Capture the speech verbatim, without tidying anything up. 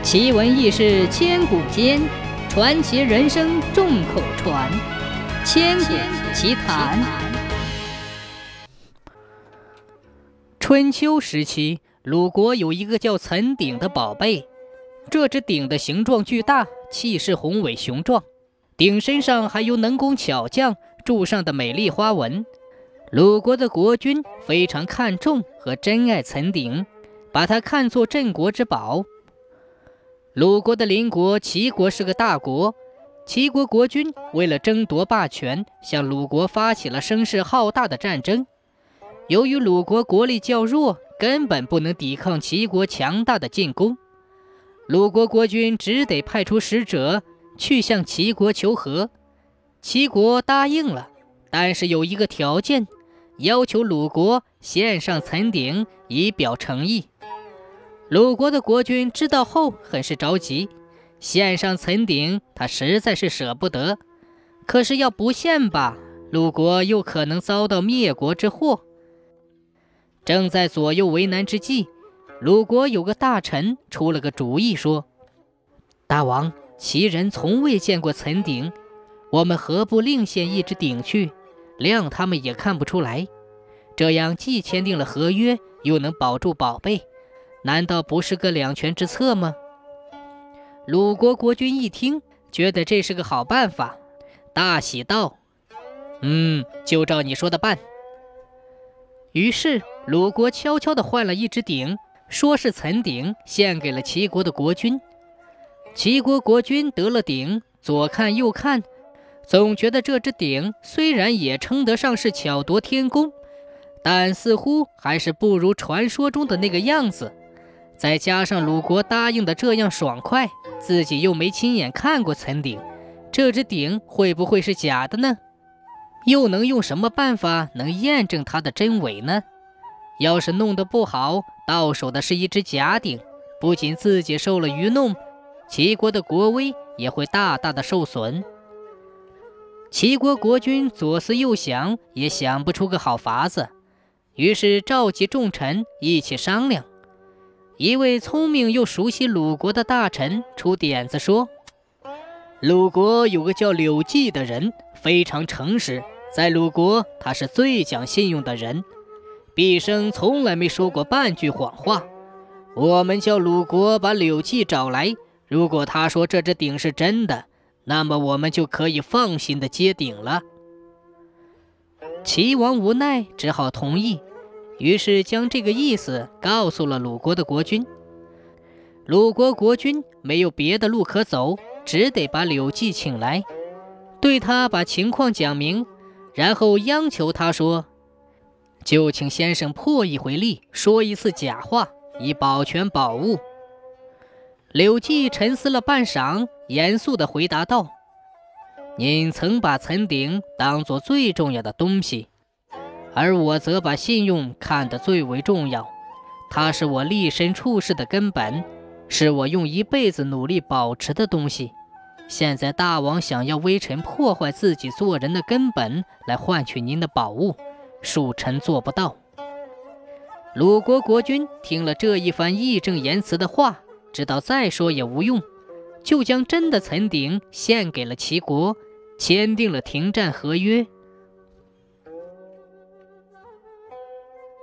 奇闻异事千古间，传奇人生众口传。千古奇谈。春秋时期，鲁国有一个叫岑鼎的宝贝。这只鼎的形状巨大，气势宏伟雄壮，鼎身上还有能工巧匠铸上的美丽花纹。鲁国的国君非常看重和珍爱岑鼎，把它看作镇国之宝。鲁国的邻国齐国是个大国，齐国国君为了争夺霸权，向鲁国发起了声势浩大的战争。由于鲁国国力较弱，根本不能抵抗齐国强大的进攻，鲁国国君只得派出使者去向齐国求和。齐国答应了，但是有一个条件，要求鲁国献上岑鼎以表诚意。鲁国的国君知道后很是着急，献上岑鼎他实在是舍不得，可是要不献吧，鲁国又可能遭到灭国之祸。正在左右为难之际，鲁国有个大臣出了个主意，说：大王，齐人从未见过岑鼎，我们何不另献一只鼎去，谅他们也看不出来，这样既签订了合约，又能保住宝贝，难道不是个两全之策吗？鲁国国君一听，觉得这是个好办法，大喜道：嗯，就照你说的办。于是鲁国悄悄地换了一只鼎，说是岑鼎，献给了齐国的国君。齐国国君得了鼎，左看右看，总觉得这只鼎虽然也称得上是巧夺天工，但似乎还是不如传说中的那个样子。再加上鲁国答应的这样爽快，自己又没亲眼看过岑鼎，这只鼎会不会是假的呢？又能用什么办法能验证它的真伪呢？要是弄得不好，到手的是一只假鼎，不仅自己受了愚弄，齐国的国威也会大大的受损。齐国国君左思右想，也想不出个好法子，于是召集众臣一起商量。一位聪明又熟悉鲁国的大臣出点子说：鲁国有个叫柳季的人，非常诚实，在鲁国他是最讲信用的人，毕生从来没说过半句谎话。我们叫鲁国把柳季找来，如果他说这只鼎是真的，那么我们就可以放心的接鼎了。齐王无奈，只好同意，于是将这个意思告诉了鲁国的国君。鲁国国君没有别的路可走，只得把柳季请来，对他把情况讲明，然后央求他说：就请先生破一回例，说一次假话，以保全宝物。柳季沉思了半晌，严肃地回答道：您曾把岑鼎当作最重要的东西，而我则把信用看得最为重要，它是我立身处世的根本，是我用一辈子努力保持的东西。现在大王想要微臣破坏自己做人的根本来换取您的宝物，恕臣做不到。鲁国国君听了这一番义正言辞的话，知道再说也无用，就将真的岑鼎献给了齐国，签订了停战合约。